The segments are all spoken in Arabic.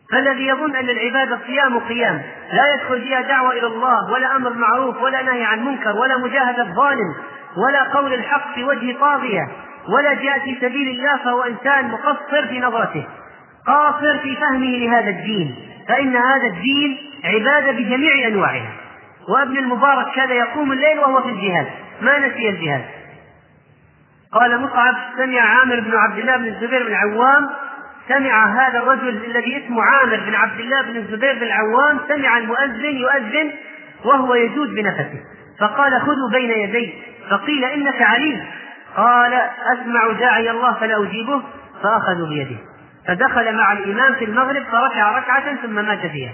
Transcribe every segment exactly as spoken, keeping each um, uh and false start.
فالذي يظن أن العبادة صيام قيام لا يدخل فيها دعوة إلى الله ولا أمر معروف ولا نهي عن منكر ولا مجاهدة ظالم ولا قول الحق في وجه طاغية ولا جهاد في سبيل الله، فهو إنسان مقصر في نظرته، قاصر في فهمه لهذا الدين، فإن هذا الدين عبادة بجميع أنواعها. وابن المبارك كان يقوم الليل وهو في الجهاد، ما نسي الجهاد. قال مصعب: سمع عامر بن عبد الله بن الزبير بن العوام، سمع هذا الرجل الذي اسمه عامر بن عبد الله بن الزبير بن العوام سمع المؤذن يؤذن وهو يجود بنفسه، فقال: خذوا بين يدي. فقيل: إنك علي؟ قال: أسمع داعي الله فلا أجيبه. فأخذوا بيده، فدخل مع الإمام في المغرب فركع ركعة ثم مات فيها.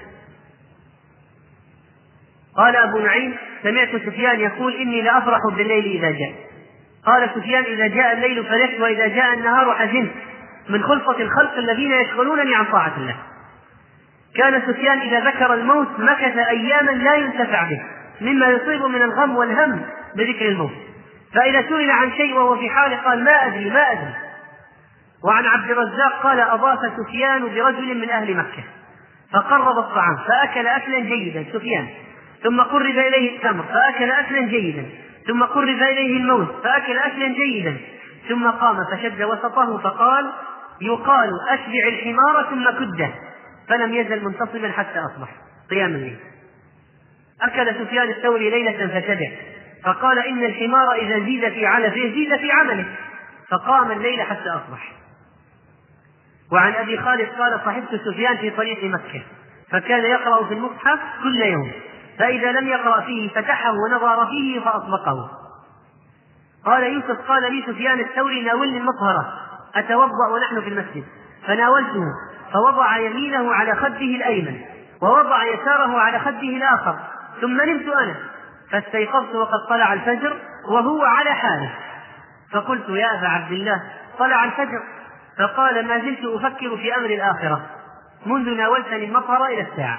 قال أبو نعيم: سمعت سفيان يقول: إني لأفرح بالليل إذا جاء. قال سفيان: إذا جاء الليل فرحت، وإذا جاء النهار حزنت، من خلطة الخلق الذين يشغلونني عن طاعة الله. كان سفيان إذا ذكر الموت مكث أياما لا ينتفع به، مما يصيب من الغم والهم بذكر الموت، فإذا سئل عن شيء وهو في حاله قال: ما أدري ما أدري. وعن عبد الرزاق قال: أضاف سفيان برجل من أهل مكة فقرب الطعام فأكل أكلا جيدا سفيان، ثم قرب إليه التمر فأكل أكلا جيدا، ثم قرب إليه الموز فأكل أكلا جيدا، ثم قام فشد وسطه فقال: يقال أشبع الحمار ثم كده، فلم يزل منتصبا حتى أصبح قيام الليل. أكل سفيان الثوري ليلة فشبع، فقال: إن الحمار إذا زيد في علفه زيد في عمله، فقام الليل حتى أصبح. وعن أبي خالد قال: صحبت سفيان في طريق مكة فكان يقرأ في المصحف كل يوم، فإذا لم يقرأ فيه فتحه ونظر فيه فأطبقه. قال يوسف: قال لي سفيان الثوري: ناولني المطهرة أتوضأ ونحن في المسجد، فناولته فوضع يمينه على خده الأيمن ووضع يساره على خده الآخر، ثم نمت أنا فاستيقظت وقد طلع الفجر وهو على حاله، فقلت: يا أبا عبد الله طلع الفجر؟ فقال: ما زلت أفكر في أمر الآخرة منذ ناولتني المطهرة إلى الساعة.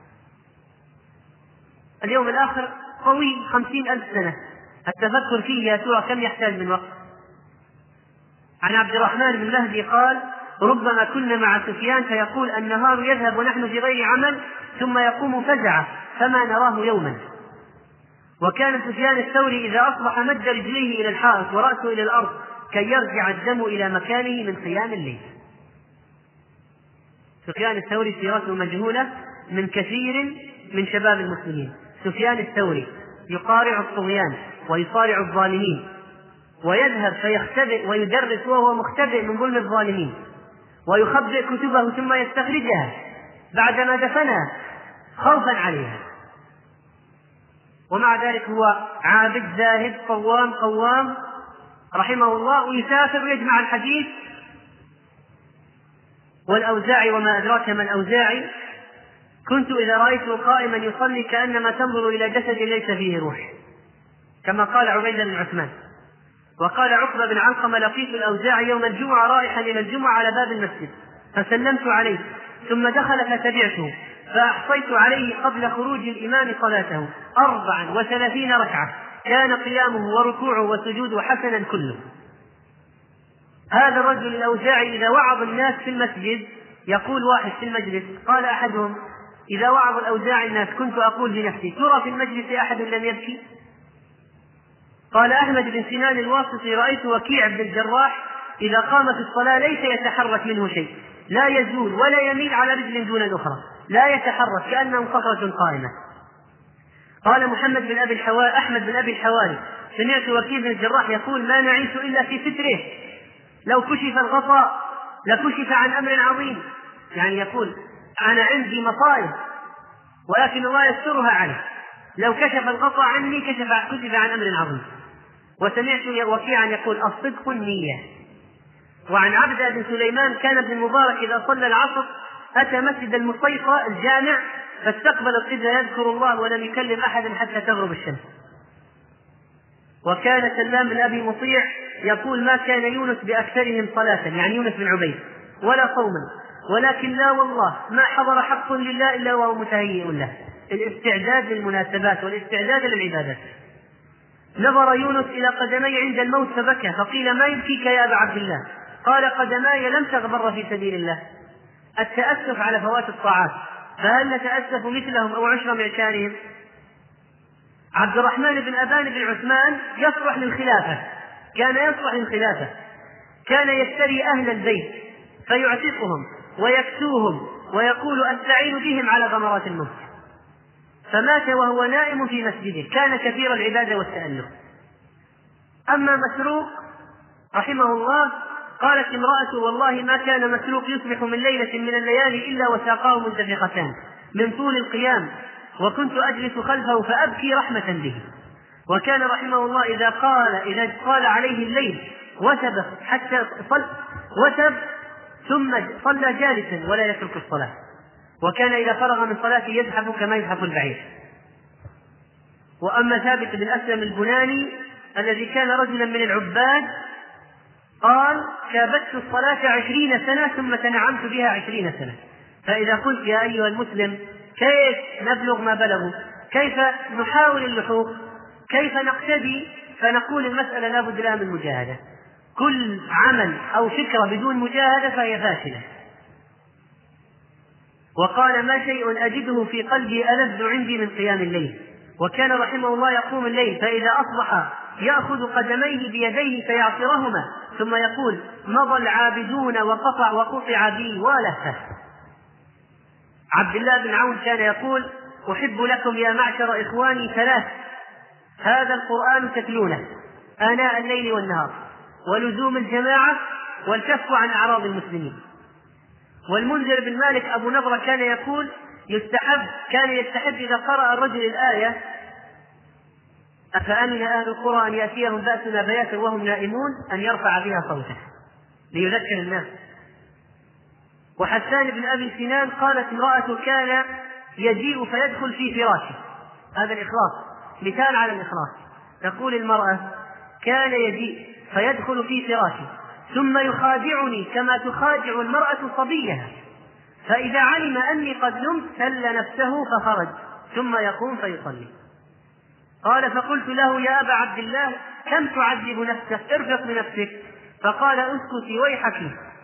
اليوم الآخر طويل خمسين ألف سنة، التفكر فيه يا ترى كم يحتاج من وقت؟ عن عبد الرحمن بن مهدي قال: ربما كنا مع سفيان فيقول: النهار يذهب ونحن في غير عمل، ثم يقوم فزعة فما نراه يوما. وكان سفيان الثوري إذا أصبح مد رجليه إلى الحائط ورأسه إلى الأرض كي يرجع الدم إلى مكانه من قيام الليل. سفيان الثوري سيرته مجهولة من كثير من شباب المسلمين. سفيان الثوري يقارع الطغيان ويصارع الظالمين، ويذهب فيختبئ ويدرس وهو مختبئ من ظلم الظالمين، ويخبئ كتبه ثم يستخرجها بعدما دفنها خوفا عليها، ومع ذلك هو عابد زاهد صوام قوام رحمه الله، ويسافر ويجمع الحديث. والأوزاعي: وما أدراك ما الأوزاعي، كنت إذا رأيته قائما يصلي كأنما تنظر إلى جسد ليس فيه روح، كما قال عبيدة بن عثمان. وقال عقبة بن علقمة: لقيت الأوزاعي يوم الجمعة رايحا إلى الجمعة على باب المسجد فسلمت عليه، ثم دخل فتبعته فأحصيت عليه قبل خروج الإمام صلاته أربعا وثلاثين ركعة، كان قيامه وركوعه وسجوده حسنا كله. هذا الرجل الأوزاعي إذا وعظ الناس في المسجد يقول واحد في المجلس، قال أحدهم: إذا وعظ الأوزاعي الناس كنت أقول لنفسي: ترى في المجلس أحد لم يبكي؟ قال أحمد بن سنان الواسطي: رأيت وكيع بن الجراح إذا قام في الصلاة ليس يتحرك منه شيء، لا يزول ولا يميل على رجل دون الأخرى، لا يتحرك كأنه صخرة قائمة. قال محمد بن أبي الحواري أحمد بن أبي الحواري: سمعت وكيع بن الجراح يقول: ما نعيش إلا في ستره، لو كشف الغطاء لكشف عن أمر عظيم. يعني يقول: أنا عندي مصائب ولكن الله يسترها عنه، لو كشف الغطاء عني كشف كشف عن أمر عظيم. وسمعت وكيعا يقول: الصدق النية. وعن عبد بن سليمان: كان ابن المبارك إذا صلى العصر أتى مسجد المصيفة الجامع فاستقبل القبلة يذكر الله ولم يكلم أحدا حتى تغرب الشمس. وكان سلام بن أبي مطيع يقول: ما كان يونس بأكثرهم صلاة، يعني يونس بن عبيد، ولا صوما، ولكن لا والله ما حضر حق لله إلا وهو متهيئ له. الاستعداد للمناسبات والاستعداد للعبادات. نظر يونس إلى قدمي عند الموت فبكى، فقيل: ما يبكيك يا أبا عبد الله؟ قال: قدماي لم تغبر في سبيل الله، التأسف على فوات الطاعات، فهل نتأسف مثلهم أو عشر معشارهم؟ عبد الرحمن بن أبان بن عثمان يصلح للخلافة، كان يصلح للخلافة، كان يشتري أهل البيت فيعتقهم ويكسوهم ويقول أستعين بهم على غمرات الموت، فمات وهو نائم في مسجده، كان كثير العبادة والتألف. أما مسروق رحمه الله قالت امرأته: والله ما كان مسروق يصبح من ليلة من الليالي إلا وساقاه منتفختان من طول القيام، وكنت أجلس خلفه فأبكي رحمة به. وكان رحمه الله إذا قال إذا قال عليه الليل وثب حتى صل وثب ثم صلى جالسا ولا يترك الصلاة، وكان إذا فرغ من صلاته يزحف كما يزحف البعير. وأما ثابت بن أسلم البناني الذي كان رجلا من العباد قال: كابدت الصلاة عشرين سنة ثم تنعمت بها عشرين سنة. فإذا قلت يا أيها المسلم كيف نبلغ ما بلغوا، كيف نحاول اللحوق، كيف نقتدي، فنقول المسألة لا بد لها من مجاهدة. كل عمل أو فكرة بدون مجاهدة فهي فاشلة. وقال: ما شيء أجده في قلبي ألذ عندي من قيام الليل. وكان رحمه الله يقوم الليل فإذا أصبح يأخذ قدميه بيديه فيعصرهما ثم يقول: مضى العابدون وقطع وقطع بي ولهه. عبد الله بن عون كان يقول: أحب لكم يا معشر إخواني ثلاث: هذا القرآن تتلونه آناء الليل والنهار، ولزوم الجماعة، والكف عن أعراض المسلمين. والمنذر بن مالك أبو نضرة كان يقول: يستحب كان يستحب إذا قرأ الرجل الآية: أفأمن أهل القرى أن يأتيهم بأسنا بياتا وهم نائمون، أن يرفع بها صوته ليذكر الناس. وحسان بن أبي سنان قالت امرأة: كان يجيء فيدخل في فراشه. هذا الإخلاص، مثال على الإخلاص. تقول المرأة: كان يجيء فيدخل في فراشه ثم يخادعني كما تخادع المرأة صبيها، فإذا علم أني قد نمت سل نفسه فخرج ثم يقوم فيصلي. قال: فقلت له: يا أبا عبد الله كم تعذب نفسك، ارفق بنفسك. فقال: اسكتي ويحك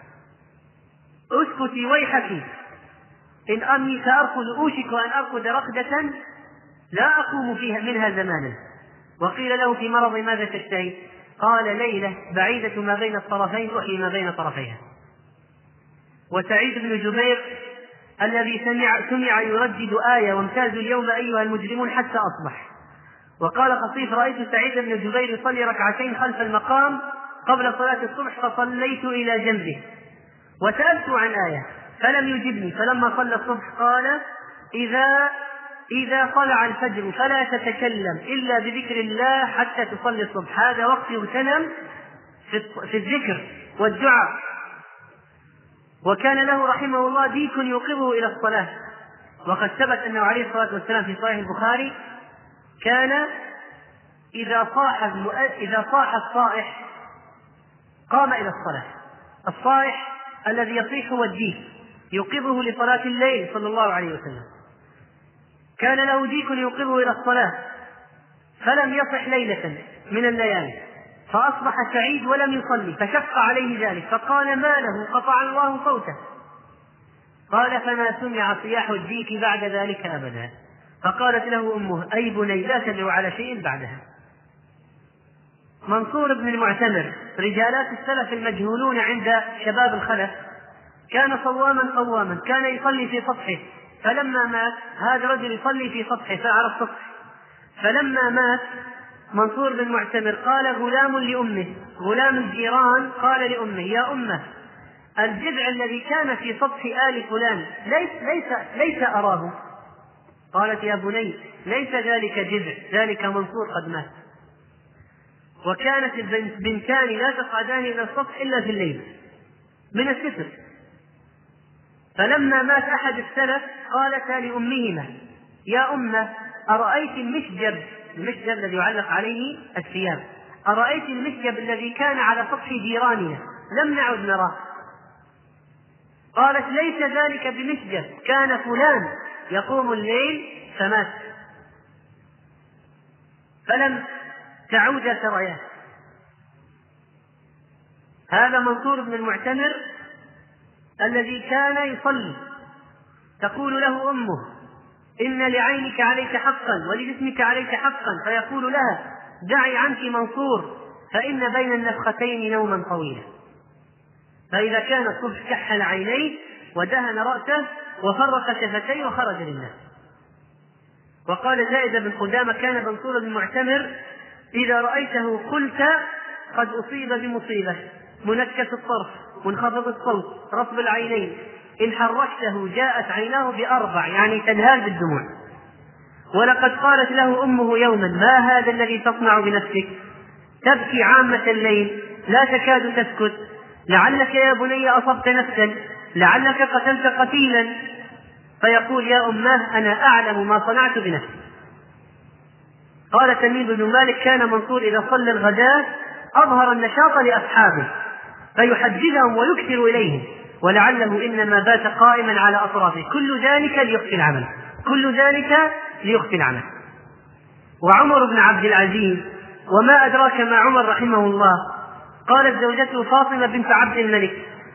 اسكتي ويحك إن أني سأرقد أوشك أن أرقد رقدة لا أقوم فيها منها زمانا. وقيل له في مرض: ماذا تشتهي؟ قال: ليلة بعيدة ما بين الطرفين أحيي ما بين طرفيها. وسعيد بن جبير الذي سمع, سمع يردد آية: وامتازوا اليوم أيها المجرمون حتى أصبح. وقال خطيف: رأيت سعيد بن جبير يصلي ركعتين خلف المقام قبل صلاة الصبح فصليت إلى جنبه وسألت عن آية فلم يجبني، فلما صلى الصبح قال: إذا إذا طلع الفجر فلا تتكلم إلا بذكر الله حتى تصلي الصبح، هذا وقت يغتنم في الذكر والدعاء. وكان له رحمه الله ديك يوقظه إلى الصلاة، وقد ثبت أنه عليه الصلاة والسلام في صحيح البخاري كان إذا صاح إذا صاح الصائح قام إلى الصلاة. الصائح الذي يصيح هو الديك، يوقظه لصلاة الليل صلى الله عليه وسلم. كان له ديك يوقظه إلى الصلاة فلم يصح ليلة من الليالي، فأصبح سعيد ولم يصلي، فشق عليه ذلك فقال: ما له؟ قطع الله صوته. قال: فما سمع صياح الديك بعد ذلك أبدا. فقالت له أمه: أي بني لا تدعو على شيء بعدها. منصور بن المعتمر رجالات السلف المجهولون عند شباب الخلف كان صواما قواما، كان يصلي في سطحه، فلما مات هذا رجل يصلي في سطحه فعلى السطح، فلما مات منصور بن المعتمر قال غلام لأمه، غلام الجيران قال لأمه: يا أمه الجذع الذي كان في سطح آل فلان ليس, ليس, ليس أراه. قالت: يا بني ليس ذلك جذع، ذلك منصور قد مات. وكانت البنتان لا تصعدان إلى السطح إلا في الليل من الستر، فلما مات أحد السلف قالتا لأمهما: يا أمه أرأيت المشجب، المشجب الذي يعلق عليه الثياب، أرأيت المشجب الذي كان على سطح جيراننا لم نعد نراه. قالت: ليس ذلك بمشجب، كان فلان يقوم الليل فمات، فلم تعود ترياه. هذا منصور بن المعتمر الذي كان يصلي تقول له أمه: إن لعينك عليك حقا ولجسمك عليك حقا، فيقول لها: دعي عنك منصور فإن بين النفختين نوما طويلا. فإذا كان الصبح كحل عينيه ودهن رأسه وفرق شفتيه وخرج للناس. وقال زائد بن خدامة: كان منصور المعتمر إذا رأيته قلت قد أصيب بمصيبة، منكس الطرف، منخفض الصوت، رطب العينين، إن حركته جاءت عيناه بأربع، يعني تنهال بالدموع. ولقد قالت له أمه يوما: ما هذا الذي تصنع بنفسك؟ تبكي عامة الليل لا تكاد تسكت، لعلك يا بني أصبت نفسا، لعلك قتلت قتيلا. فيقول: يا أماه أنا أعلم ما صنعت بنفسي. قال تميم بن مالك: كان منصور إذا صلى الغداة أظهر النشاط لأصحابه فيحجزهم ويكثر إليهم، ولعله إنما بات قائما على أطرافه، كل ذلك ليخفي العمل، كل ذلك ليخفي العمل. وعمر بن عبد العزيز: وما أدراك ما عمر رحمه الله، قالت زوجته فاطمة بنت عبد الملك: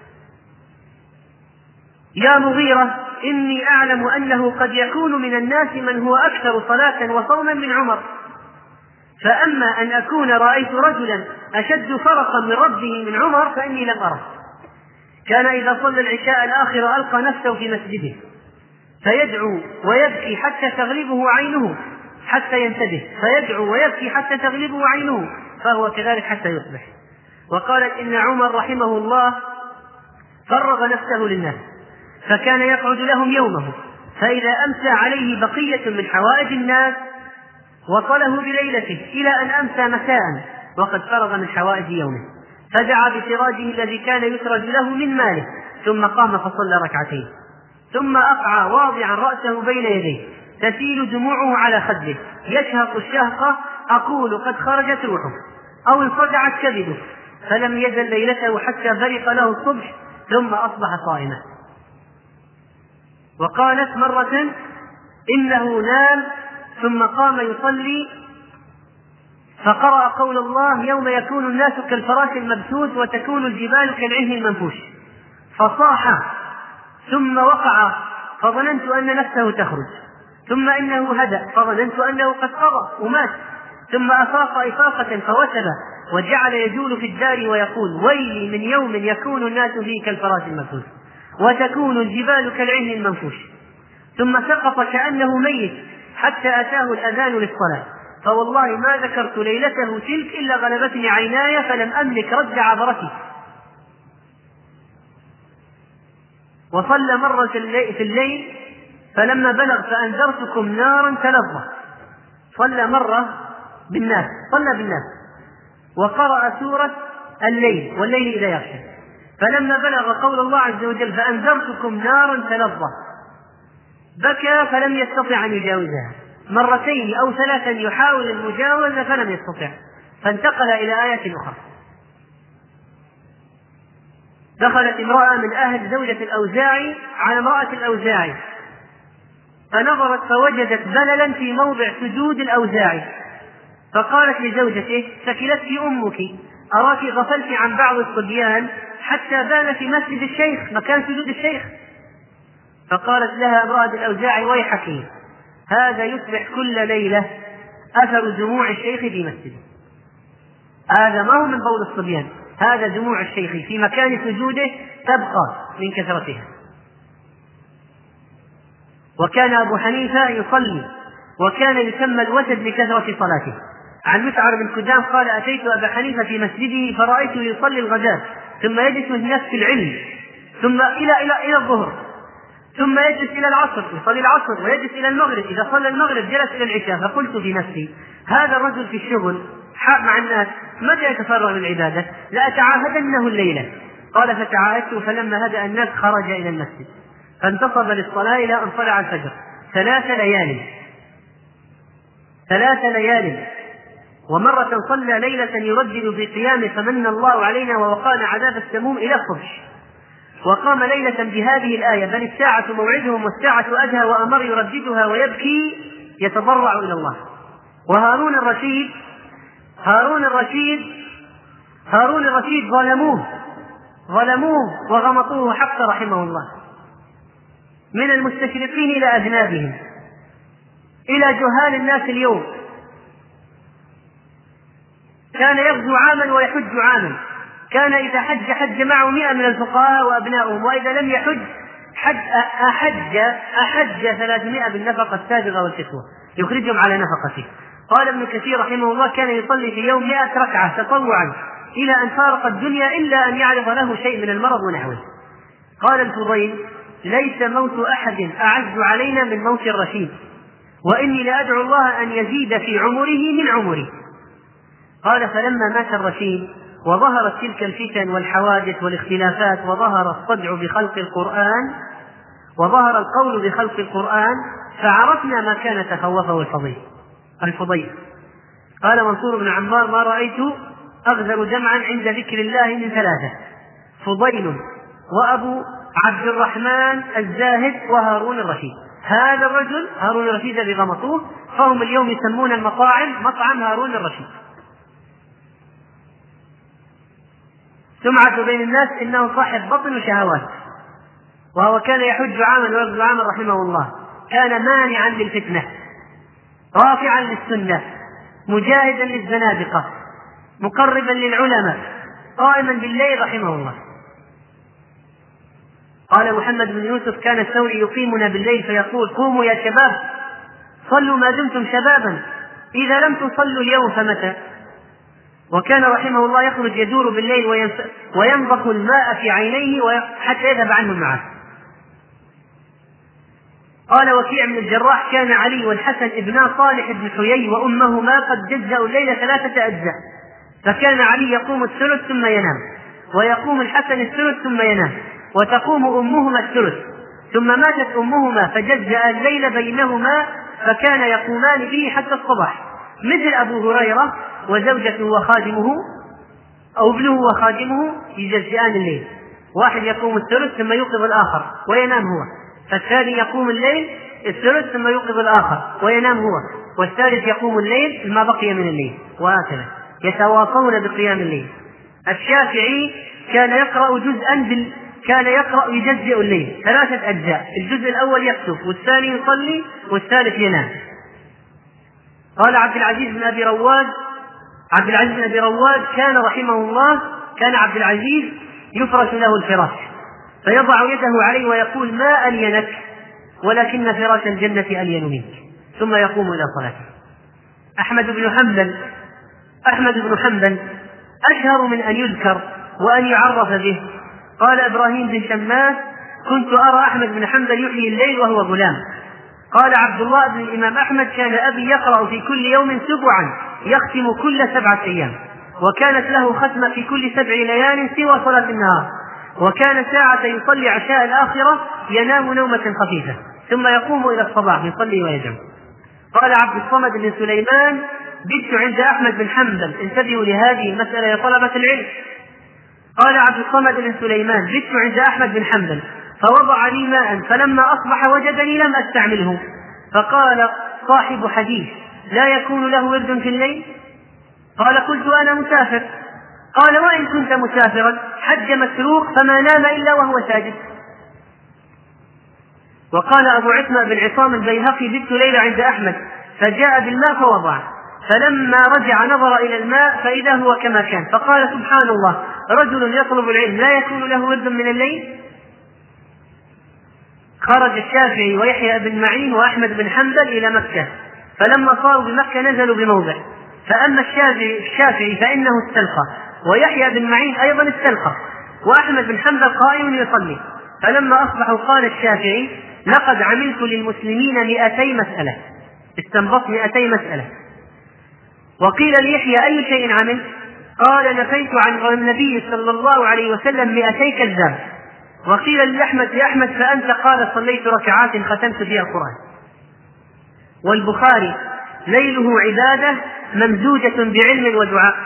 يا مغيرة، إني أعلم أنه قد يكون من الناس من هو أكثر صلاة وصوما من عمر، فأما أن أكون رأيت رجلا أشد فرقا من ربه من عمر فإني لم أره. كان إذا صلى العشاء الآخر ألقى نفسه في مسجده فيدعو ويبكي حتى تغلبه عينه حتى ينتبه، فيدعو ويبكي حتى تغلبه عينه، فهو كذلك حتى يصبح. وقالت: إن عمر رحمه الله فرغ نفسه للناس، فكان يقعد لهم يومه، فإذا أمسى عليه بقية من حوائج الناس وصله بليلته إلى أن أمسى مساء وقد فرغ من حوائج يومه، فدعا بسراجه الذي كان يسرج له من ماله، ثم قام فصلى ركعتين، ثم أقعى واضعا رأسه بين يديه تسيل دموعه على خده، يشهق الشهقة، أقول قد خرجت روحه أو انصدعت كبده، فلم يزل ليلته حتى برق له الصبح، ثم أصبح صائما. وقالت مرة: إنه نام ثم قام يصلي فقرأ قول الله: يوم يكون الناس كالفراش المبثوث وتكون الجبال كالعهن المنفوش، فصاح ثم وقع فظننت أن نفسه تخرج، ثم إنه هدأ فظننت أنه قد قضى ومات، ثم أفاق إفاقة فوثب وجعل يجول في الدار ويقول: ويلي من يوم يكون الناس فيه كالفراش المبثوث وتكون الجبال كالعهن المنفوش، ثم سقط كأنه ميت حتى أتاه الأذان للصلاة، فوالله ما ذكرت ليلته تلك إلا غلبتني عيناي فلم أملك رد عبرتي. وصلى مرة في الليل فلما بلغ فأنذرتكم نارا تلظى، صلى مرة بالناس، صلى بالناس وقرأ سورة الليل والليل إذا يغشى، فلما بلغ قول الله عز وجل: فأنذرتكم نارا تلظى، بكى فلم يستطع أن يجاوزها، مرتين أو ثلاثا يحاول المجاوزة فلم يستطع، فانتقل إلى آيات أخرى. دخلت امرأة من أهل زوجة الأوزاعي على امرأة الأوزاعي فنظرت فوجدت بللا في موضع سجود الأوزاعي، فقالت لزوجته: ثكلتك أمك، أراك غفلت عن بعض الصبيان حتى بان في مسجد الشيخ مكان سجود الشيخ. فقالت لها امرأة الأوزاعي: ويحك، هذا يصبح كل ليلة أثر دموع الشيخ في مسجده، هذا ما هو من بول الصبيان، هذا دموع الشيخ في مكان سجوده تبقى من كثرتها. وكان أبو حنيفة يصلي وكان يسمى الوتد لكثرة صلاته. عن مسعر بن كدام قال: أتيت أبا حنيفة في مسجده فرأيته يصلي الغداة ثم يجلس الناس في العلم ثم إلى إلى إلى الظهر، ثم يجلس إلى العصر يصلي العصر ويجلس إلى المغرب، إذا صلى المغرب جلس إلى العشاء. فقلت في نفسي: هذا الرجل في الشغل مع الناس متى يتفرغ للعبادة؟ لأتعاهدنه الليلة. قال: فتعاهدته، فلما هدأ الناس خرج إلى المسجد فانتصب للصلاة إلى أن طلع الفجر، ثلاث ليال ثلاث ليال ومرة صلى ليلة يردد في قيامه: فمن الله علينا ووقانا عذاب السموم إلى الصبح. وقام ليلة بهذه الآية: بل الساعة موعدهم والساعة أدهى وأمر، يرددها ويبكي يتضرع إلى الله. وهارون الرشيد هارون الرشيد هارون الرشيد ظلموه ظلموه وغمطوه حتى رحمه الله، من المستشرقين إلى أذنابهم إلى جهال الناس اليوم. كان يغزو عاما ويحج عاما، كان إذا حج حج معه مئة من الفقهاء وأبنائهم، وإذا لم يحج حج أحج أحج ثلاثمائة بالنفقة السابغة والكسوة يخرجهم على نفقته. قال ابن كثير رحمه الله: كان يصلي في يوم مئة ركعة تطوعا إلى أن فارق الدنيا إلا أن يعرض له شيء من المرض ونحوه. قال الفضيل: ليس موت أحد أعز علينا من موت الرشيد، وإني لأدعو الله أن يزيد في عمره من عمري. قال: فلما مات الرشيد وظهرت تلك الفتن والحوادث والاختلافات، وظهر الصدع بخلق القرآن وظهر القول بخلق القرآن، فعرفنا ما كان تخوفه الفضيل الفضيل قال منصور بن عمار: ما رأيت أغزر دمعا عند ذكر الله من ثلاثة: فضيل، وأبو عبد الرحمن الزاهد، وهارون الرشيد. هذا الرجل هارون الرشيد الذي غمطوه، فهم اليوم يسمون المطاعم مطعم هارون الرشيد. سمعة بين الناس إنه صاحب بطن وشهوات، وهو كان يحج عاما ويغزو عاما رحمه الله. كان مانعا للفتنة، رافعا للسنة، مجاهدا للزنادقة، مقربا للعلماء، قائما بالليل رحمه الله. قال محمد بن يوسف: كان الثوري يقيمنا بالليل فيقول: قوموا يا شباب صلوا ما دمتم شبابا، إذا لم تصلوا اليوم فمتى؟ وكان رحمه الله يخرج يدور بالليل وينضخ الماء في عينيه حتى يذهب عنه المعاصي. قال وكيع بن الجراح: كان علي والحسن ابنا صالح بن حيي وأمهما قد جزأوا الليل ثلاثة أجزاء، فكان علي يقوم الثلث ثم ينام، ويقوم الحسن الثلث ثم ينام، وتقوم أمهما الثلث، ثم ماتت أمهما فجزأ الليل بينهما، فكان يقومان به حتى الصباح، مثل أبو هريرة وزوجته وخادمه أو ابنه وخادمه يجزئان الليل، واحد يقوم الثلث ثم يوقظ الآخر وينام هو، فالثاني يقوم الليل الثلث ثم يوقظ الآخر وينام هو، والثالث يقوم الليل ما بقي من الليل، وهكذا يتواصون بقيام الليل. الشافعي كان يقرأ جزءا بال... كان يقرأ يجزئ الليل ثلاثة أجزاء، الجزء الأول يكتب، والثاني يصلي، والثالث ينام. قال عبد العزيز بن أبي رواد عبد العزيز بن أبي رواد كان رحمه الله كان عبد العزيز يفرش له الفراش فيضع يده عليه ويقول: ما ألينك، ولكن فراش الجنة ألين منك، ثم يقوم إلى صلاته. أحمد بن حنبل أحمد بن حنبل أشهر من أن يذكر وأن يعرف به. قال إبراهيم بن شماس: كنت أرى أحمد بن حنبل يحيي الليل وهو غلام. قال عبد الله بن الإمام أحمد: كان أبي يقرأ في كل يوم سبعا يختم كل سبعة أيام، وكانت له ختمة في كل سبع ليال سوى صلاة النهار، وكان ساعة يصلي عشاء الآخرة ينام نومة خفيفة ثم يقوم إلى الصباح يصلي ويدعو. قال عبد الصمد بن سليمان: بت عند أحمد بن حنبل. انتبهوا لهذه المسألة يا طلبة العلم. قال عبد الصمد بن سليمان: بت عند أحمد بن حنبل فوضع لي ماء، فلما أصبح وجدني لم أستعمله، فقال صاحب حديث: لا يكون له ورد في الليل؟ قال: قلت: أنا مسافر. قال: وإن كنت مسافرا حج مسروق فما نام إلا وهو ساجد. وقال أبو عثمان بن عصام البيهقي: بت ليلة عند أحمد فجاء بالماء فوضع، فلما رجع نظر إلى الماء فإذا هو كما كان، فقال: سبحان الله، رجل يطلب العلم لا يكون له ورد من الليل؟ خرج الشافعي ويحيى بن معين وأحمد بن حنبل إلى مكة، فلما صاروا بمكة نزلوا بموضع، فأما الشافعي فإنه استلقى، ويحيى بن معين أيضا استلقى، وأحمد بن حنبل قائم يصلي. فلما أصبحوا قال الشافعي: لقد عملت للمسلمين مئتي مسألة، استنبط مئتي مسألة. وقيل ليحيى: أي شيء عمل؟ قال: نفيت عن النبي صلى الله عليه وسلم مئتي كذاب. وقيل لأحمد: لأحمد فأنت؟ قال: صليت ركعات ختمت فيها القرآن. والبخاري: ليله عبادة ممزوجة بعلم ودعاء.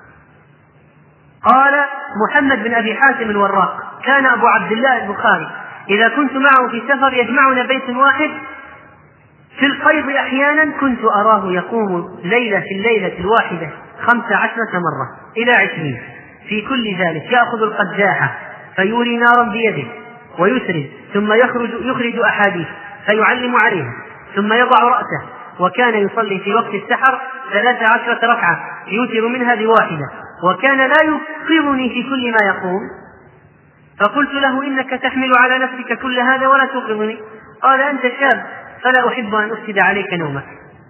قال محمد بن أبي حاتم الوراق: كان أبو عبد الله البخاري إذا كنت معه في سفر يجمعنا بيت واحد في القيض أحيانا كنت أراه يقوم ليلة في الليلة الواحدة خمس عشرة مرة إلى عشرين، في كل ذلك يأخذ القداحة فيوري نارا بيده ويسرد، ثم يخرج يخرج أحاديث فيعلم عليها، ثم يضع رأسه. وكان يصلي في وقت السحر ثلاث عشرة ركعة يوتر منها بواحدة، وكان لا يوقظني في كل ما يقول. فقلت له: إنك تحمل على نفسك كل هذا ولا توقظني. قال: أنت شاب فلا أحب أن أفسد عليك نومك.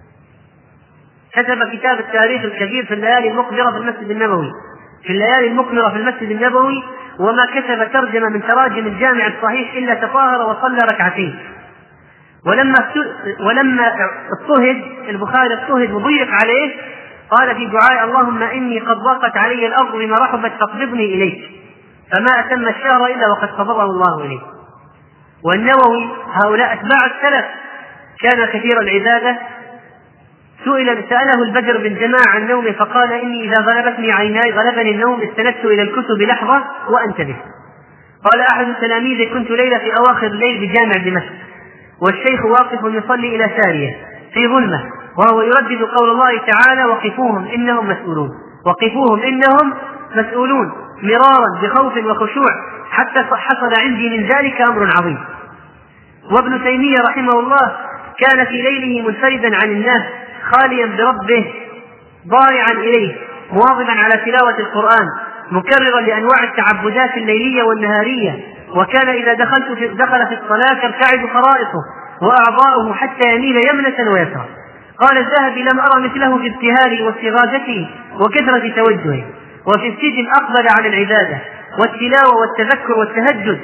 كتب كتاب التاريخ الكبير في الليالي المقبرة في المسجد النبوي في الليالي المقبرة في المسجد النبوي وما كتب ترجمة من تراجم الجامع الصحيح إلا تطهر وصلى ركعتين. ولما ولما اضطهد البخاري اضطهد وضيق عليه قال في دعاء: اللهم إني قد ضاقت علي الأرض بما رحبت فاقبضني إليك، فما أتم الشهر إلا وقد قبضه الله إليه. والنووي هؤلاء أتباع السلف كان كثير العبادة. سئل سأله البدر بن جماعة عن نومه فقال: إني إذا غلبتني عيناي غلبني النوم استندت إلى الكتب لحظة وأنتبه. قال أحد تلاميذي: كنت ليلة في أواخر الليل بجامع دمشق والشيخ واقف يصلي إلى سارية في ظلمة وهو يردد قول الله تعالى: وقفوهم إنهم مسؤولون، وقفوهم إنهم مسؤولون، مرارا بخوف وخشوع، حتى حصل عندي من ذلك أمر عظيم. وابن تيمية رحمه الله كان في ليله منفردا عن الناس خاليا بربه ضارعا إليه مواظبا على تلاوة القرآن مكررا لأنواع التعبدات الليلية والنهارية. وكان إذا دخلت في دخل في الصلاة ترتعد خرائطه وأعضاؤه حتى يميل يمنة ويسرا. قال الذهبي: لم أرى مثله في ابتهاله واستغاثته وكثرة توجهه. وفي السجن أقبل على العبادة والتلاوة والتذكر والتهجد،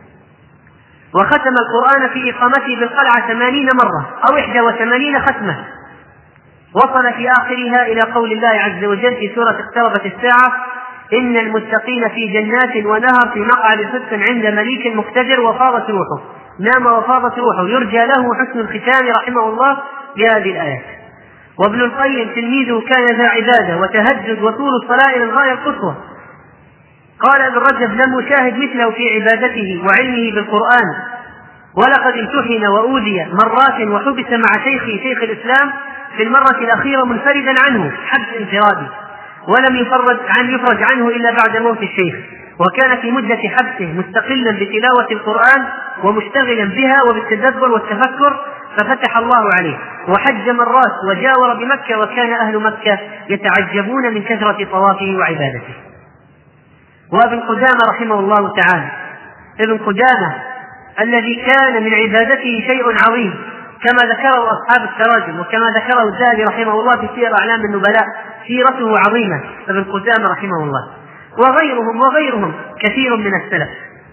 وختم القرآن في إقامته بالقلعة ثمانين مرة أو إحدى وثمانين ختمة. وصل في آخرها إلى قول الله عز وجل في سورة اقتربت الساعة: إن المتقين في جنات ونهر في مقعد صدق عند مليك مقتدر وفاضت روحه. نام وفاضت روحه، يرجى له حسن الختام رحمه الله بهذه الآيات. وابن القيم تلميذه كان ذا عبادة وتهجد وطول الصلاة إلى الغاية القصوى. قال ابن رجب: لم أشاهد مثله في عبادته وعلمه بالقرآن، ولقد امتحن وأوذي مرات وحبس مع شيخه شيخ الإسلام في المرة الأخيرة منفردا عنه حبس انفرادي، ولم يفرج عن يفرج عنه إلا بعد موت الشيخ. وكان في مدة حبسه مستقلا بتلاوة القرآن ومشتغلا بها وبالتدبر والتفكر، ففتح الله عليه وحج مرات وجاور بمكة، وكان أهل مكة يتعجبون من كثرة طوافه وعبادته. وابن قدامة رحمه الله تعالى، ابن قدامة الذي كان من عبادته شيء عظيم كما ذكره أصحاب التراجم وكما ذكره الذهبي رحمه الله في سير أعلام النبلاء، سيرته عظيمة ابن قدامة رحمه الله، وغيرهم وغيرهم كثير من السلف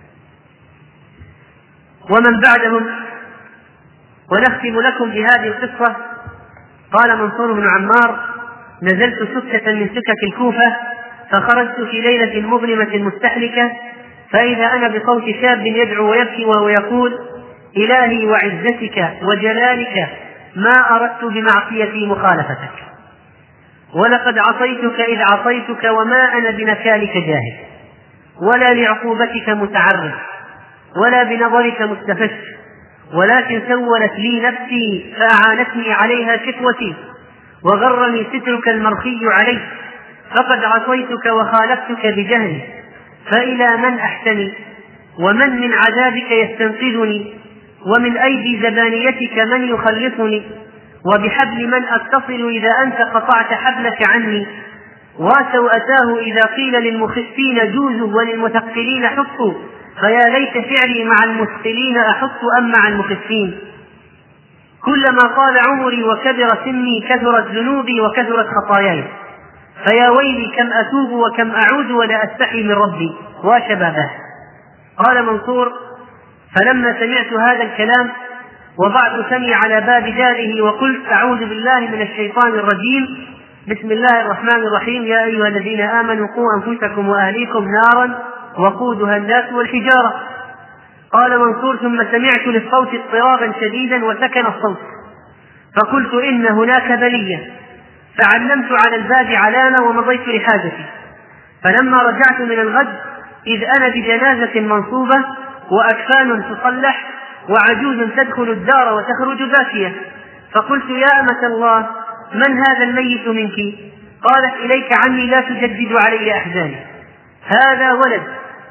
ومن بعدهم. ونختم لكم بهذه القصة. قال منصور بن عمار: نزلت سكة من سكك الكوفة فخرجت في ليلة مظلمة مستحلكة، فإذا أنا بصوت شاب يدعو ويبكي وهو يقول: إلهي وعزتك وجلالك ما أردت بمعصيتي مخالفتك، ولقد عصيتك إذ عصيتك وما أنا بنكالك جاهل، ولا لعقوبتك متعرض، ولا بنظرك مستفش، ولكن سولت لي نفسي فأعانتني عليها شكوتي، وغرني سترك المرخي عليك، فقد عصيتك وخالفتك بجهلي، فإلى من أحتمي؟ ومن من عذابك يستنقذني؟ ومن أيدي زبانيتك من يخلصني؟ وبحبل من أتصل إذا أنت قطعت حبلك عني؟ وسوءتاه إذا قيل للمخفين جوزوا وللمثقلين حطوا، فيا ليت فعلي مع المثقلين أحط أم مع المخفين. كلما طال عمري وكبر سني كثرت ذنوبي وكثرت خطاياي، فيا ويلي كم أتوب وكم أعود ولا أستحي من ربي وشبابه. قال منصور: فلما سمعت هذا الكلام وضعت سمي على باب داره وقلت: أعوذ بالله من الشيطان الرجيم، بسم الله الرحمن الرحيم، يا أيها الذين آمنوا قوا أنفسكم وأهليكم نارا وقودها الناس والحجارة. قال منصور: ثم سمعت للصوت اضطرابا شديدا وسكن الصوت، فقلت: إن هناك بلية، فعلمت على الباب علامة ومضيت لحاجتي. فلما رجعت من الغد إذ أنا بجنازة منصوبة وأكفان تصلح وعجوز تدخل الدار وتخرج باكية، فقلت: يا أمة الله، من هذا الميت منك؟ قالت: إليك عني لا تجدد علي أحزاني، هذا ولد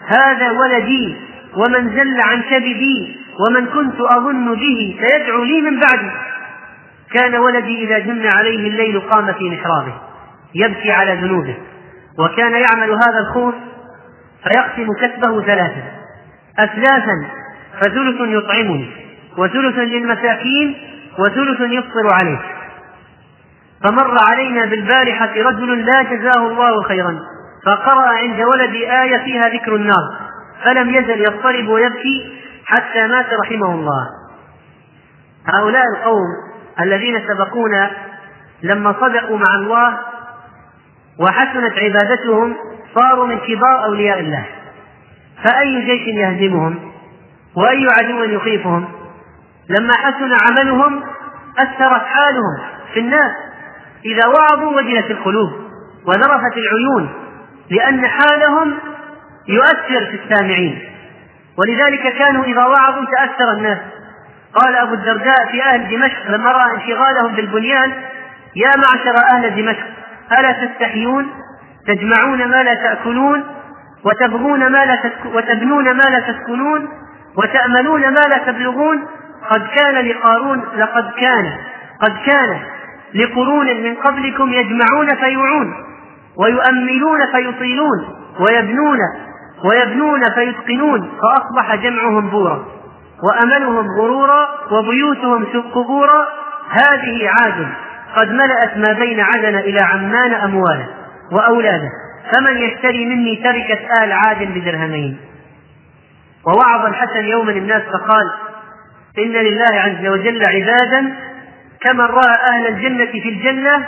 هذا ولدي ومن زل عن كبدي ومن كنت أظن به سيدعو لي من بعدي. كان ولدي إذا جن عليه الليل قام في محرابه يبكي على ذنوبه، وكان يعمل هذا الخوف فيقسم كسبه ثلاثا أثلاثا فثلث يطعمني وثلث للمساكين وثلث يفطر عليه. فمر علينا بالبارحة رجل لا جزاه الله خيرا فقرأ عند ولدي آية فيها ذكر النار فلم يزل يضطرب ويبكي حتى مات رحمه الله. هؤلاء القوم الذين سبقونا لما صدقوا مع الله وحسنت عبادتهم صاروا من كبار أولياء الله، فأي جيش يهزمهم وأي عدو يخيفهم؟ لما حسن عملهم أثرت حالهم في الناس، إذا وعظوا وجلت القلوب وذرفت العيون، لأن حالهم يؤثر في السامعين، ولذلك كانوا إذا وعظوا تأثر الناس. قال أبو الدرداء في أهل دمشق لما رأى انشغالهم بالبنيان: يا معشر أهل دمشق ألا تستحيون تجمعون ما لا تأكلون وتبغون ما لا تسك... وتبنون ما لا تسكنون وتأملون ما لا تبلغون. قد كان لقارون لقد كان قد كان لقرون من قبلكم يجمعون فيوعون ويؤملون فيطيلون ويبنون ويبنون فيتقنون فأصبح جمعهم بورا وأملهم غرورا وبيوتهم قبورا. هذه عاد قد ملأت ما بين عدن إلى عمان أموالا وأولادا، فمن يشتري مني تركة آل عاد بدرهمين. ووعظ الحسن يوما الناس فقال: إن لله عز وجل عبادا كمن رأى أهل الجنة في الجنة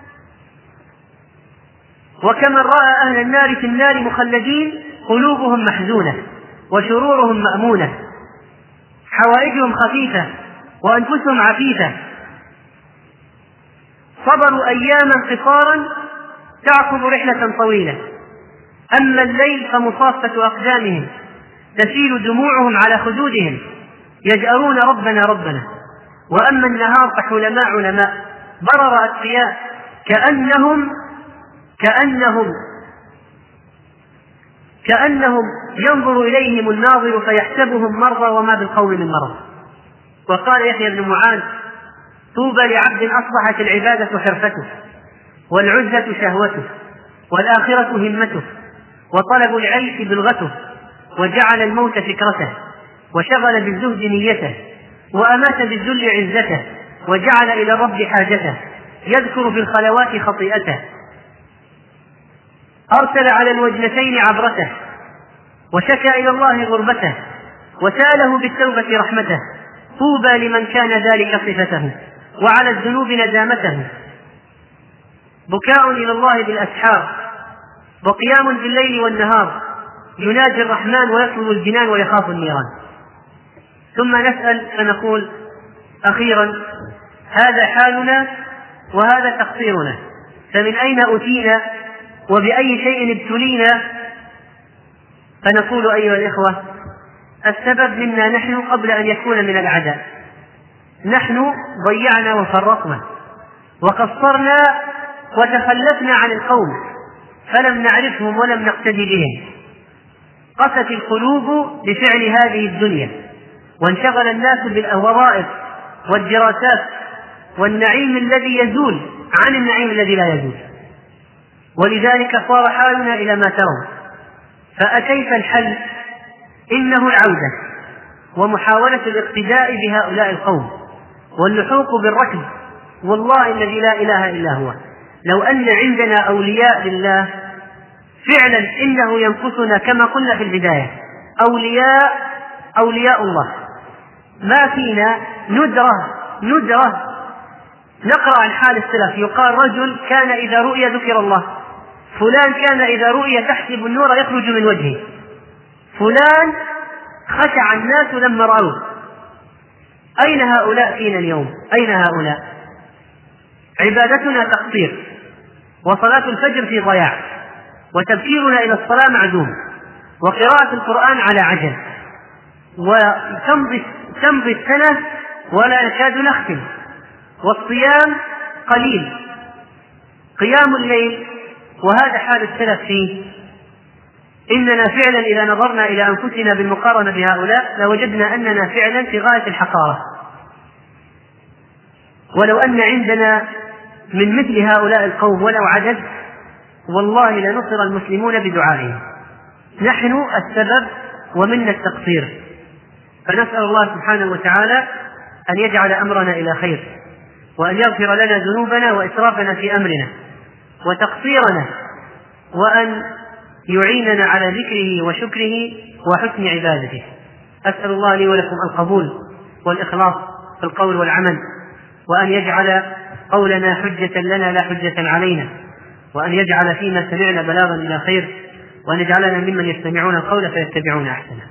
وكمن رأى أهل النار في النار مخلدين، قلوبهم محزونة وشرورهم مأمونة، حوائجهم خفيفة وأنفسهم عفيفة، صبروا أياما قصارا تعقب رحلة طويلة. أما الليل فمصافة أقدامهم تسيل دموعهم على خدودهم يجأرون ربنا ربنا. وأما النهار فحلماء علماء برر أتقياء كأنهم كأنهم كأنهم ينظر إليهم الناظر فيحسبهم مرضى وما بالقول من مرض. وقال يحيى بن معاذ: طوبى لعبد أصبحت العبادة حرفته والعزة شهوته والآخرة همته وطلب العيش بلغته وجعل الموت فكرته وشغل بالزهد نيته وأمات بالذل عزته وجعل إلى الرب حاجته يذكر في الخلوات خطيئته أرسل على الوجنتين عبرته وشكى إلى الله غربته وسأله بالتوبة رحمته. طوبى لمن كان ذلك صفته وعلى الذنوب ندامته. بكاء إلى الله بالأسحار وقيام بالليل والنهار يناجي الرحمن ويطلب الجنان ويخاف النيران. ثم نسأل فنقول أخيرا: هذا حالنا وهذا تقصيرنا، فمن أين أتينا وبأي شيء ابتلينا؟ فنقول أيها الإخوة: السبب منا نحن قبل أن يكون من الأعداء. نحن ضيعنا وفرطنا وقصرنا وتخلفنا عن القوم فلم نعرفهم ولم نقتدي بهم. قست القلوب بفعل هذه الدنيا وانشغل الناس بالوظائف والدراسات والنعيم الذي يزول عن النعيم الذي لا يزول، ولذلك صار حالنا إلى ما ترون. فكيف الحل؟ إنه العودة ومحاولة الاقتداء بهؤلاء القوم واللحوق بالركب. والله الذي لا إله إلا هو لو أن عندنا أولياء لله فعلا إنه ينقصنا كما قلنا في البداية أولياء أولياء الله. ما فينا ندرة ندرة نقرأ عن حال السلف يقال: رجل كان إذا رؤي ذكر الله، فلان كان إذا رؤي تحسب النور يخرج من وجهه، فلان خشع الناس لما رأوه. أين هؤلاء فينا اليوم؟ أين هؤلاء؟ عبادتنا تقصير وصلاة الفجر في ضياع وتبكيرنا إلى الصلاة معدوم وقراءة القرآن على عجل، وتمضي تمضي السنة ولا نكاد نختم، والصيام قليل، قيام الليل، وهذا حال السلف فيه. إننا فعلا إذا نظرنا إلى أنفسنا بالمقارنة بهؤلاء لوجدنا أننا فعلا في غاية الحقارة. ولو أن عندنا من مثل هؤلاء القوم ولو عدد والله لنصر المسلمون بدعائهم. نحن السبب ومنا التقصير، فنسأل الله سبحانه وتعالى أن يجعل أمرنا إلى خير، وأن يغفر لنا ذنوبنا وإسرافنا في أمرنا وتقصيرنا، وأن يعيننا على ذكره وشكره وحسن عبادته. أسأل الله لي ولكم القبول والإخلاص في القول والعمل، وأن يجعل قولنا حجة لنا لا حجة علينا، وأن يجعل فيما سمعنا بلاغا إلى خير، وأن يجعلنا ممن يستمعون القول فيتبعون أحسنه.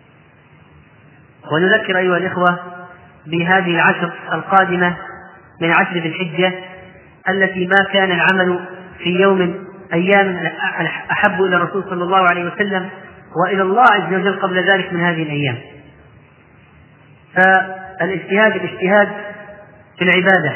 ونذكر أيها الإخوة بهذه العشر القادمة من عشر ذي الحجة التي ما كان العمل في يوم أيام أحب إلى الرسول صلى الله عليه وسلم وإلى الله عز وجل قبل ذلك من هذه الأيام. فالاجتهاد الاجتهاد في العبادة،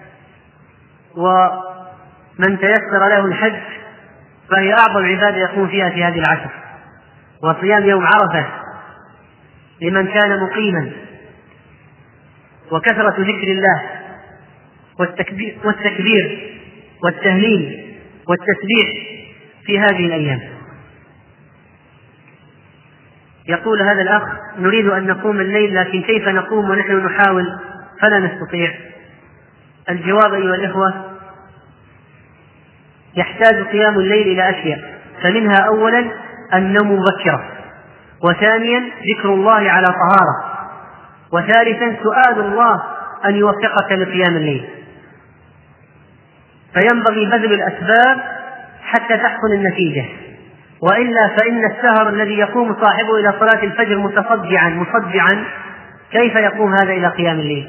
ومن تيسر له الحج فهي أعظم عبادة يقوم فيها في هذه العشر، وصيام يوم عرفة لمن كان مقيما، وكثرة ذكر الله والتكبير, والتكبير والتهليل والتسبيح في هذه الأيام. يقول هذا الأخ: نريد أن نقوم الليل لكن كيف نقوم ونحن نحاول فلا نستطيع؟ الجواب أيها الإخوة: يحتاج قيام الليل إلى أشياء، فمنها أولا النوم مبكرا، وثانيا ذكر الله على طهارة، وثالثا سؤال الله أن يوفقك لقيام الليل. فينبغي بذل الأسباب حتى تحصل النتيجة، وإلا فإن السهر الذي يقوم صاحبه إلى صلاة الفجر متصدعا مصدعا كيف يقوم هذا إلى قيام الليل؟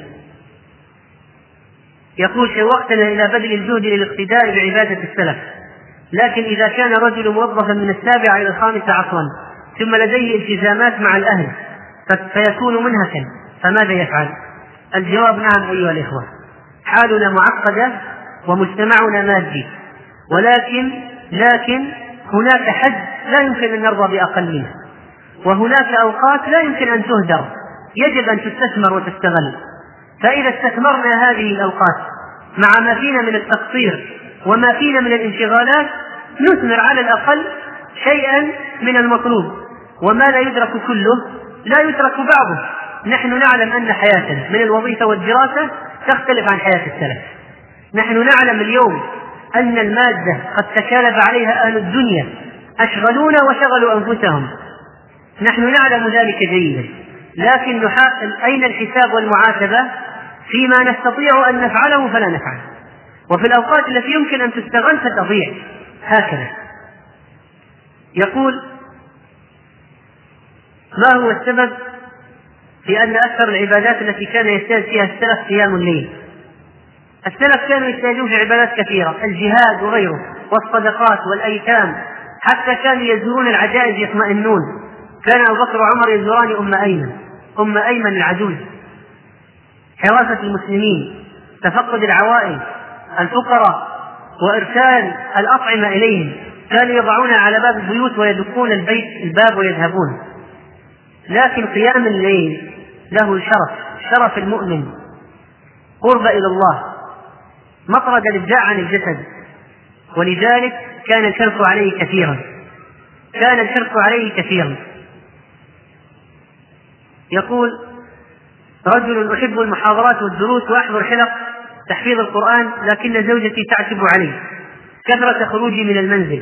يقول: شوقتنا إلى بذل الجهد للاقتداء بعبادة السلف، لكن إذا كان رجل موظفا من السابعة إلى الخامسة عصرا ثم لديه التزامات مع الأهل فيكون منهكا، فماذا يفعل؟ الجواب: نعم أيها الإخوة، حالنا معقدة ومجتمعنا مادي، ولكن لكن هناك حد لا يمكن أن نرضى بأقل منه، وهناك أوقات لا يمكن أن تهدر، يجب أن تستثمر وتستغل. فإذا استثمرنا هذه الأوقات مع ما فينا من التقصير وما فينا من الانشغالات نثمر على الأقل شيئا من المطلوب، وما لا يدرك كله لا يترك بعضه. نحن نعلم أن حياتنا من الوظيفة والدراسة تختلف عن حياة السلف. نحن نعلم اليوم أن المادة قد تكالب عليها أهل الدنيا، أشغلونا وشغلوا أنفسهم، نحن نعلم ذلك جيدا، لكن نحاول أين الحساب والمعاتبة فيما نستطيع أن نفعله فلا نفعل، وفي الأوقات التي يمكن أن تستغل فتضيع. هكذا. يقول: ما هو السبب في أن أكثر العبادات التي كان يجتهد فيها السلف قيام الليل؟ السلف كانوا يجتهدون في عبادات كثيرة، الجهاد وغيره، والصدقات والأيتام، حتى كانوا يزورون العجائز يطمئنون. كان أبو بكر وعمر يزوران أم أيمن أم أيمن العجوز، حراسة المسلمين، تفقد العوائل الفقراء، وإرسال الأطعمة إليهم. كانوا يضعونها على باب البيوت ويدقون البيت الباب ويذهبون. لكن قيام الليل له شرف، شرف المؤمن، قرب إلى الله، مطرد الإبداع عن الجسد، ولذلك كان الحرص عليه كثيرا كان الحرص عليه كثيرا يقول: رجل أحب المحاضرات والدروس وأحضر حلق تحفيظ القرآن، لكن زوجتي تعتب علي كثرة خروجي من المنزل.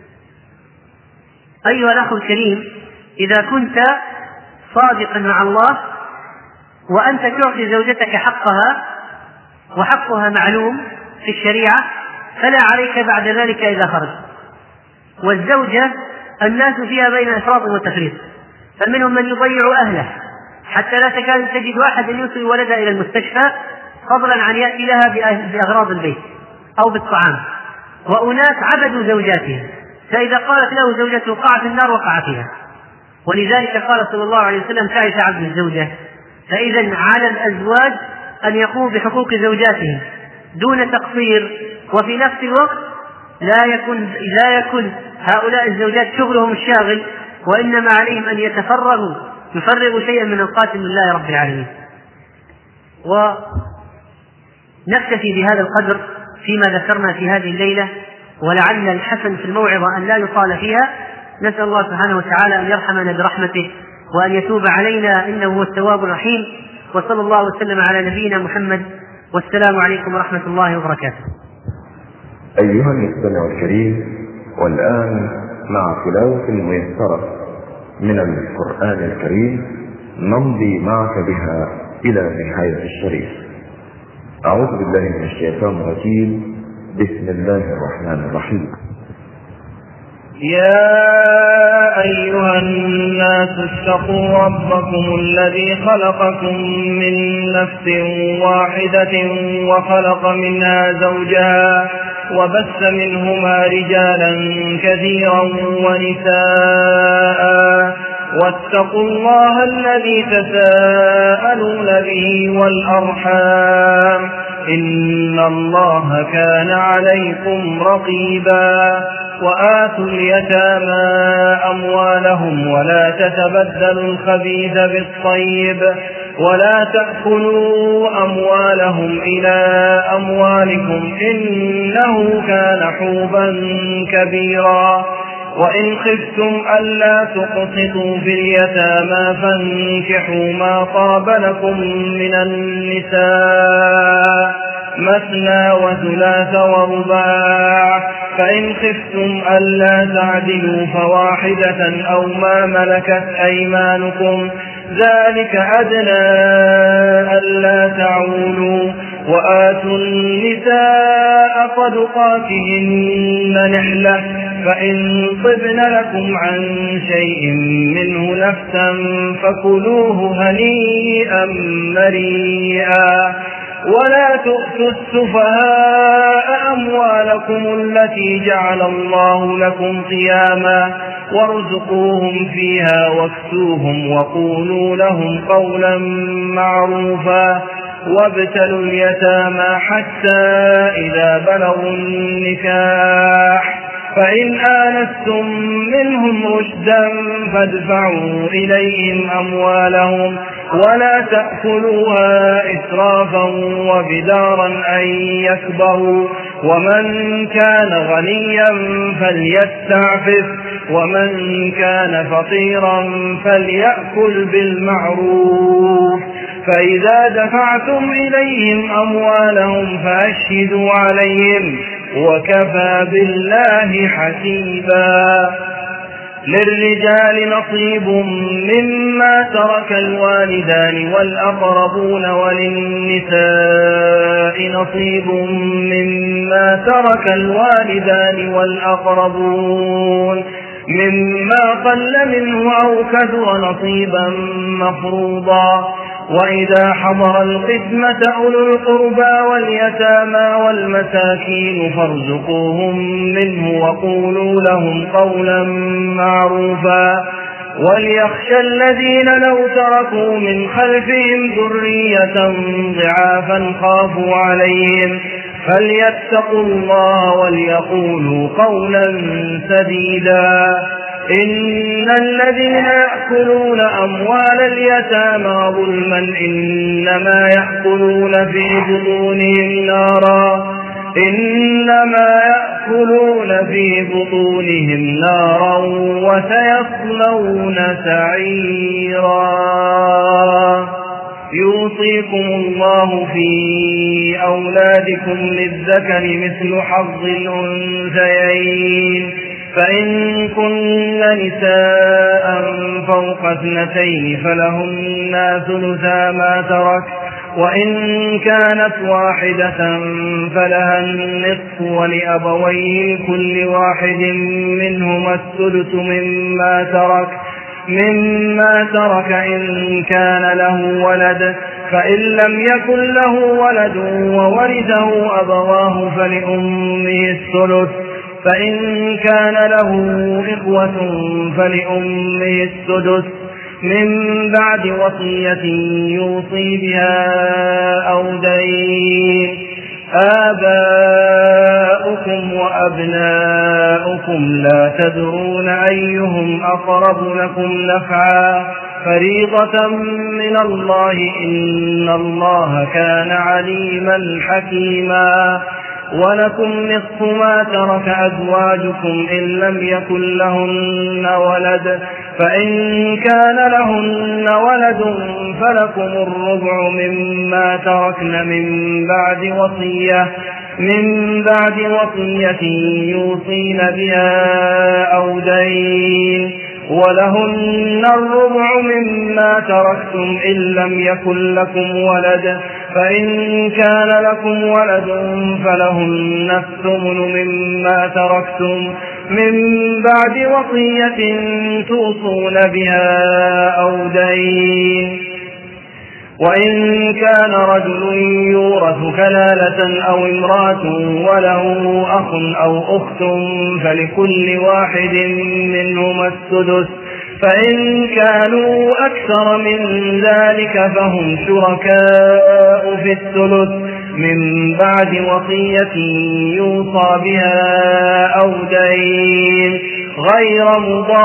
أيها الأخ الكريم، إذا كنت صادقا مع الله وأنت تعطي زوجتك حقها وحقها معلوم في الشريعة فلا عليك بعد ذلك إذا خرج. والزوجة الناس فيها بين إفراط وتفريط، فمنهم من يضيع أهله حتى لا تكاد تجد أحد يوصل ولدها إلى المستشفى، فضلا عن يأتي لها بأغراض البيت أو بالطعام. وأناس عبدوا زوجاتهم، فإذا قالت له زوجته وقع في النار وقع فيها. ولذلك قال صلى الله عليه وسلم: تعس عبد الزوجة. فإذا على الأزواج أن يقوموا بحقوق زوجاتهم دون تقصير، وفي نفس الوقت لا يكن لا يكن هؤلاء الزوجات شغلهم الشاغل، وإنما عليهم أن يتفرغوا يفرغوا شيئا من القاتل لله رب العالمين. ونكتفي بهذا القدر فيما ذكرنا في هذه الليلة، ولعل الحسن في الموعظة أن لا يطال فيها. نسأل الله سبحانه وتعالى أن يرحمنا برحمته وأن يتوب علينا إنه هو التواب الرحيم. وصلى الله وسلم على نبينا محمد، والسلام عليكم ورحمة الله وبركاته. أيها المستمع الكريم، والآن مع تلاوة ميسرة من القرآن الكريم نمضي معك بها إلى نهاية الشريف. أعوذ بالله من الشيطان الرجيم. بسم الله الرحمن الرحيم. يا أيها الناس اتقوا ربكم الذي خلقكم من نفس واحدة وخلق منها زوجها وبث منهما رجالا كثيرا ونساء، واتقوا الله الذي تساءلون به والأرحام، إن الله كان عليكم رقيبا. وآتوا اليتامى أموالهم ولا تتبدلوا الخبيث بالطيب ولا تأكلوا أموالهم إلى أموالكم إنه كان حوبا كبيرا. وإن خفتم ألا تقسطوا في اليتامى فانكحوا ما طاب لكم من النساء مثنى وثلاث ورباع، فإن خفتم ألا تعدلوا فواحدة أو ما ملكت أيمانكم ذلك أدنى ألا تعولوا. وآتوا النساء صدقاتهن نحلة، فإن طبن لكم عن شيء منه نفسا فكلوه هنيئا مريئا. ولا تؤتوا السفهاء أموالكم التي جعل الله لكم قياما وارزقوهم فيها واكسوهم وقولوا لهم قولا معروفا. وابتلوا اليتامى حتى إذا بلغوا النكاح، فإن آنستم منهم رشدا فادفعوا إليهم أموالهم ولا تأكلوها إسرافا وبدارا أن يكبروا. ومن كان غنيا فليستعفف، ومن كان فقيرا فليأكل بالمعروف. فإذا دفعتم إليهم أموالهم فأشهدوا عليهم وكفى بالله حسيبا. للرجال نصيب مما ترك الوالدان والأقربون، وللنساء نصيب مما ترك الوالدان والأقربون مما قل منه أو كثر نصيبا مفروضا. وإذا حضر القسمة أولو القربى واليتامى والمساكين فارزقوهم منه وقولوا لهم قولا معروفا. وليخشى الذين لو تركوا من خلفهم ذرية ضعافا خافوا عليهم فليتقوا الله وليقولوا قولا سديدا. إن الذين يأكلون أموال اليتامى ظلما إنما يأكلون في بطونهم نارا إنما يأكلون في بطونهم نارا وسيصلون سعيرا. يوصيكم الله في أولادكم للذكر مثل حظ الأنثيين، فإن كن نساء فوق اثنتين فلهن ثلثا ما ترك، وإن كانت واحدة فلها النصف، ولأبويه لكل واحد منهما الثلث مما ترك مما ترك إن كان له ولد، فإن لم يكن له ولد وورثه أبواه فلأمه الثلث، فإن كان له إخوة فلأمه السدس من بعد وصية يوصي بها أو دين. آباؤكم وأبناؤكم وأبناؤكم لا تدرون أيهم أقرب لكم نفعا فريضة من الله إن الله كان عليما حكيما. ولكم نصف ما ترك أزواجكم إن لم يكن لهن ولد فإن كان لهن ولد فلكم الربع مما تركن من بعد وصية من بعد وصية يوصين بها أو دين ولهن الربع مما تركتم إن لم يكن لكم ولد فإن كان لكم ولد فلهن الثمن مما تركتم من بعد وصية توصون بها أو دين. وإن كان رجل يورث كلالة أو امرأة وله أخ أو أخت فلكل واحد منهما السدس فإن كانوا أكثر من ذلك فهم شركاء في الثلث من بعد وصية يوصى بها أو دين غير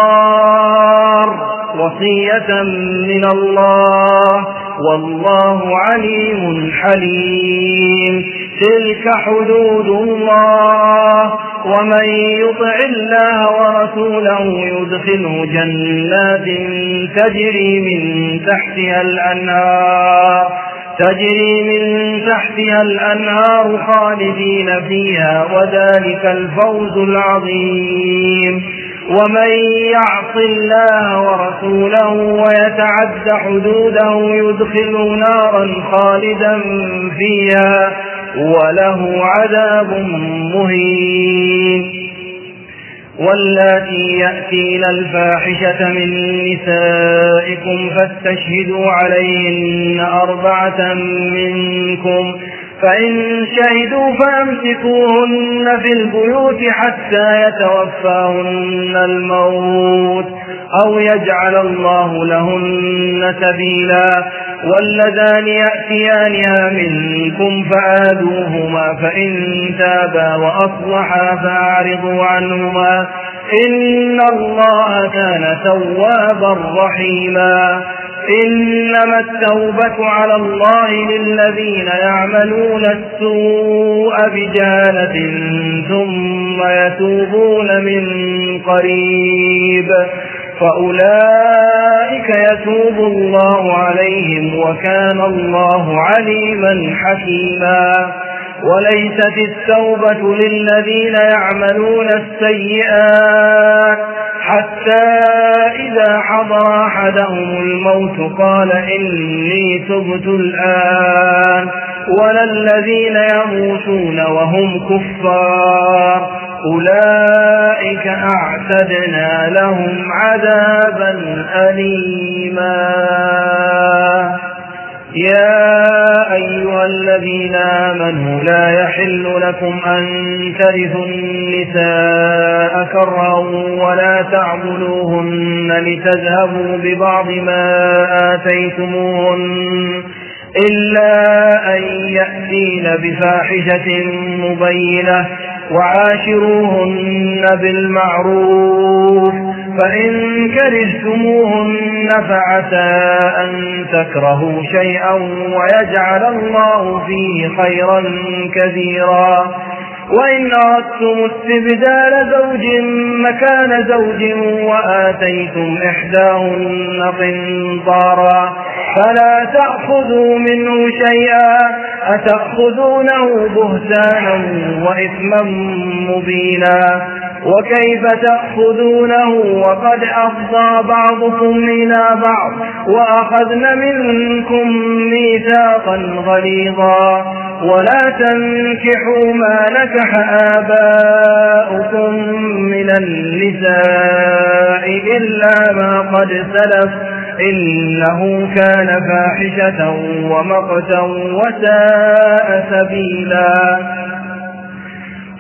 مضار وصية من الله والله عليم حليم. تلك حدود الله ومن يطع الله ورسوله يدخله جنات تجري من تحتها الأنهار تجري من تحتها الأنهار خالدين فيها وذلك الفوز العظيم. ومن يعص الله ورسوله ويتعد حدوده يدخله نارا خالدا فيها وله عذاب مهين. واللاتي يأتين الفاحشة من نسائكم فاستشهدوا عليهن أربعة منكم فإن شهدوا فأمسكوهن في البيوت حتى يتوفاهن الموت أو يجعل الله لهن سبيلا. واللذان يأتيانها منكم فآذوهما فإن تابا وأصلحا فأعرضوا عنهما إن الله كان توابا رحيما. إنما التوبة على الله للذين يعملون السوء بجهالة ثم يتوبون من قريب فأولئك يتوب الله عليهم وكان الله عليما حكيما. وليست التوبة للذين يعملون السيئات حتى إذا حضر أحدهم الموت قال إني تبت الآن ولا الذين يموتون وهم كفار أولئك أعتدنا لهم عذابا أليما. يا أيها الذين آمنوا لا يحل لكم أن ترثوا النساء كرها ولا تعضلوهن لتذهبوا ببعض ما آتيتموهن إلا أن يأتين بفاحشة مبينة وعاشروهن بالمعروف فإن كرهتموهن فعسى أن تكرهوا شيئا ويجعل الله فيه خيرا كثيرا. وإن أردتم استبدال زوج مكان زوج وآتيتم إحداهن قنطارا فلا تأخذوا منه شيئا أتأخذونه بهتانا وإثما مبينا. وكيف تأخذونه وقد أفضى بعضكم إلى بعض وأخذن منكم ميثاقا غليظا. ولا تنكحوا ما نكح آباؤكم من النساء إلا ما قد سلف إنه كان فاحشة ومقتا وساء سبيلا.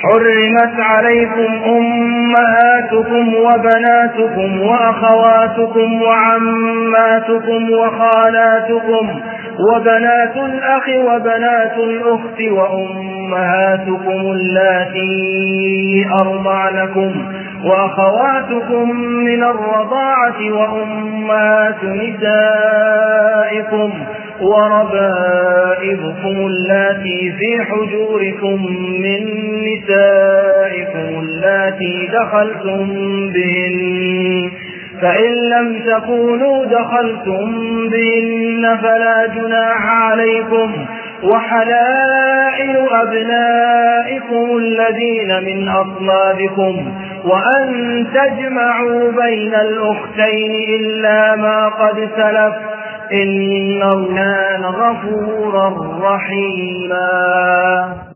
حرمت عليكم أمهاتكم وبناتكم وأخواتكم وعماتكم وخالاتكم وبنات الأخ وبنات الأخت وأمهاتكم اللاتي أرضعنكم وأخواتكم من الرضاعة وأمهات نسائكم وربائبكم اللاتي في حجوركم من نسائكم اللاتي دخلتم بهن، فإن لم تكونوا دخلتم بهن فلا جناح عليكم، وحلائل أبنائكم الذين من أصلابكم، وأن تجمعوا بين الأختين إلا ما قد سلف، إن الله كان غفورا رحيما.